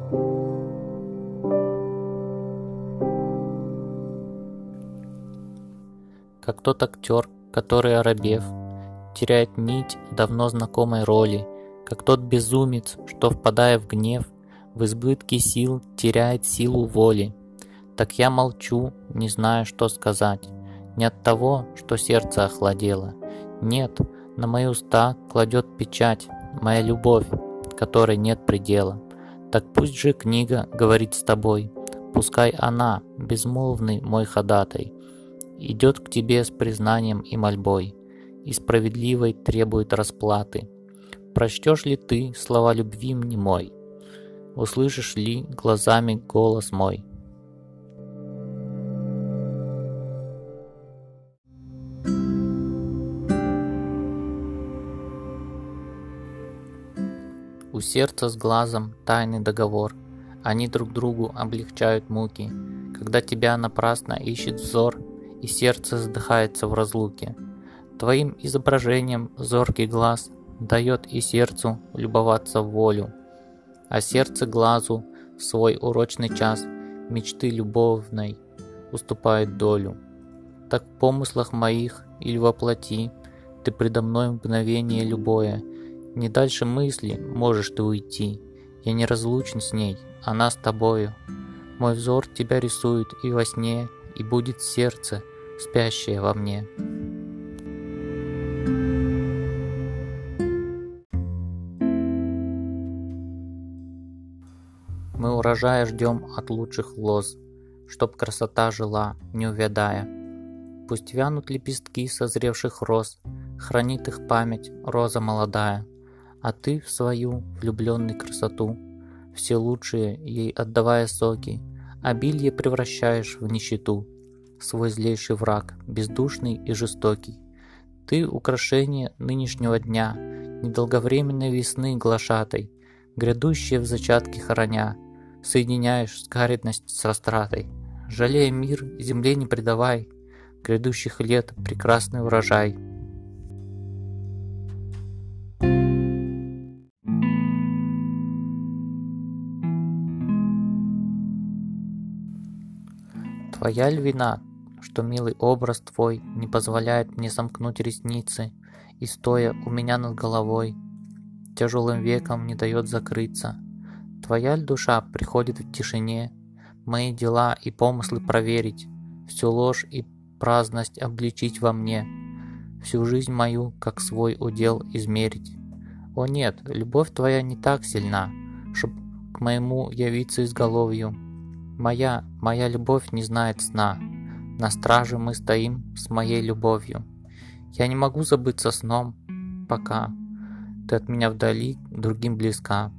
Как тот актер, который, оробев, теряет нить давно знакомой роли, как тот безумец, что, впадая в гнев, в избытке сил теряет силу воли. Так я молчу, не зная, что сказать, не от того, что сердце охладело. Нет, на мои уста кладет печать моя любовь, которой нет предела. Так пусть же книга говорит с тобой, пускай она, безмолвный мой ходатай, идет к тебе с признанием и мольбой, и справедливой требует расплаты. Прочтешь ли ты слова любви мне мой? Услышишь ли глазами голос мой? У сердца с глазом тайный договор, они друг другу облегчают муки, когда тебя напрасно ищет взор, и сердце задыхается в разлуке. Твоим изображением зоркий глаз дает и сердцу любоваться в волю, а сердце глазу в свой урочный час мечты любовной уступает долю. Так в помыслах моих или воплоти ты предо мной мгновение любое, не дальше мысли можешь ты уйти. Я не разлучен с ней, она с тобою. Мой взор тебя рисует и во сне, и будет сердце, спящее во мне. Мы урожая ждем от лучших лоз, чтоб красота жила, не увядая. Пусть вянут лепестки созревших роз, хранит их память роза молодая. А ты в свою влюбленную красоту, все лучшие ей отдавая соки, обилье превращаешь в нищету, свой злейший враг, бездушный и жестокий. Ты украшение нынешнего дня, недолговременной весны глашатой, грядущее в зачатке хороня, соединяешь скаредность с растратой. Жалея мир, земле не предавай, грядущих лет прекрасный урожай. Твоя ль вина, что милый образ твой не позволяет мне сомкнуть ресницы и, стоя у меня над головой, тяжелым веком не дает закрыться? Твоя ль душа приходит в тишине мои дела и помыслы проверить, всю ложь и праздность обличить во мне, всю жизнь мою, как свой удел, измерить? О нет, любовь твоя не так сильна, чтоб к моему явиться изголовью. Моя любовь не знает сна, на страже мы стоим с моей любовью. Я не могу забыться сном, пока ты от меня вдали, другим близка.